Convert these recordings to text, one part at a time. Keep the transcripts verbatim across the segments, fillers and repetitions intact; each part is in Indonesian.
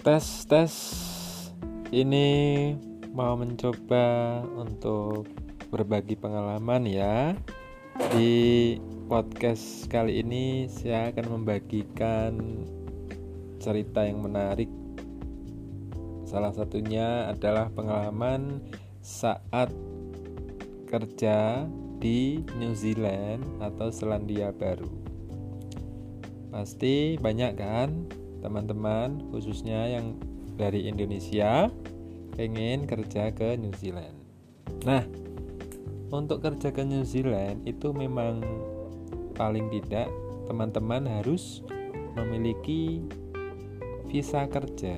Tes tes ini mau mencoba untuk berbagi pengalaman ya. Di podcast kali ini saya akan membagikan cerita yang menarik. Salah satunya adalah pengalaman saat kerja di New Zealand atau Selandia Baru. Pasti banyak kan teman-teman khususnya yang dari Indonesia pengen kerja ke New Zealand. Nah, untuk kerja ke New Zealand itu memang paling tidak teman-teman harus memiliki visa kerja.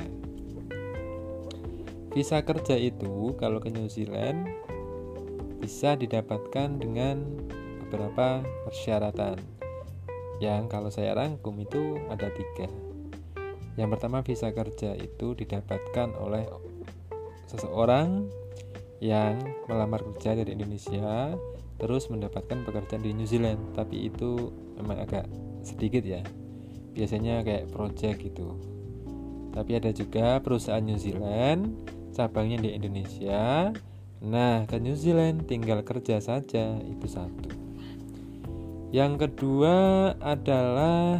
Visa kerja itu kalau ke New Zealand bisa didapatkan dengan beberapa persyaratan yang kalau saya rangkum itu ada tiga. Yang pertama, visa kerja itu didapatkan oleh seseorang yang melamar kerja dari Indonesia terus mendapatkan pekerjaan di New Zealand, tapi itu memang agak sedikit ya, biasanya kayak project gitu. Tapi ada juga perusahaan New Zealand cabangnya di Indonesia. Nah, ke New Zealand tinggal kerja saja, itu satu. Yang kedua adalah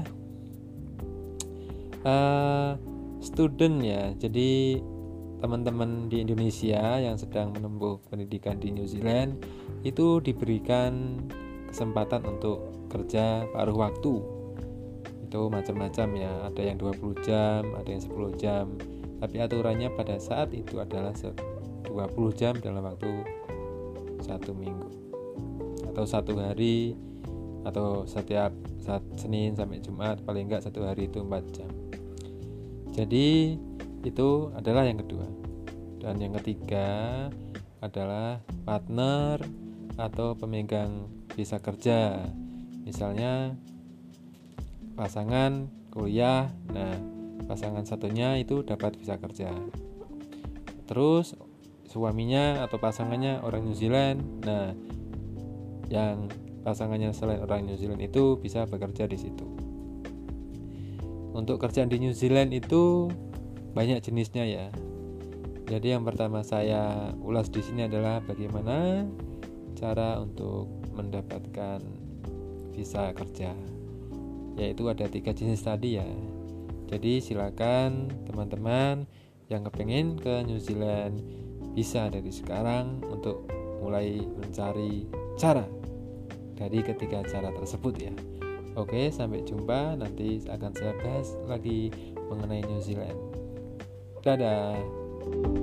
uh, student ya. Jadi teman-teman di Indonesia yang sedang menempuh pendidikan di New Zealand itu diberikan kesempatan untuk kerja paruh waktu. Itu macam-macam ya, ada yang dua puluh jam, ada yang sepuluh jam. Tapi aturannya pada saat itu adalah dua puluh jam dalam waktu satu minggu atau satu hari, atau setiap saat Senin sampai Jumat, paling enggak satu hari itu empat jam. Jadi itu adalah yang kedua. Dan yang ketiga adalah partner atau pemegang visa kerja. Misalnya pasangan kuliah, nah pasangan satunya itu dapat visa kerja. Terus suaminya atau pasangannya orang New Zealand, nah yang pasangannya selain orang New Zealand itu bisa bekerja di situ. Untuk kerjaan di New Zealand itu banyak jenisnya ya. Jadi yang pertama saya ulas di sini adalah bagaimana cara untuk mendapatkan visa kerja. Yaitu ada tiga jenis tadi ya. Jadi silakan teman-teman yang kepengen ke New Zealand bisa dari sekarang untuk mulai mencari cara dari ketiga cara tersebut ya. Oke, sampai jumpa. Nanti akan saya bahas lagi mengenai New Zealand. Dadah.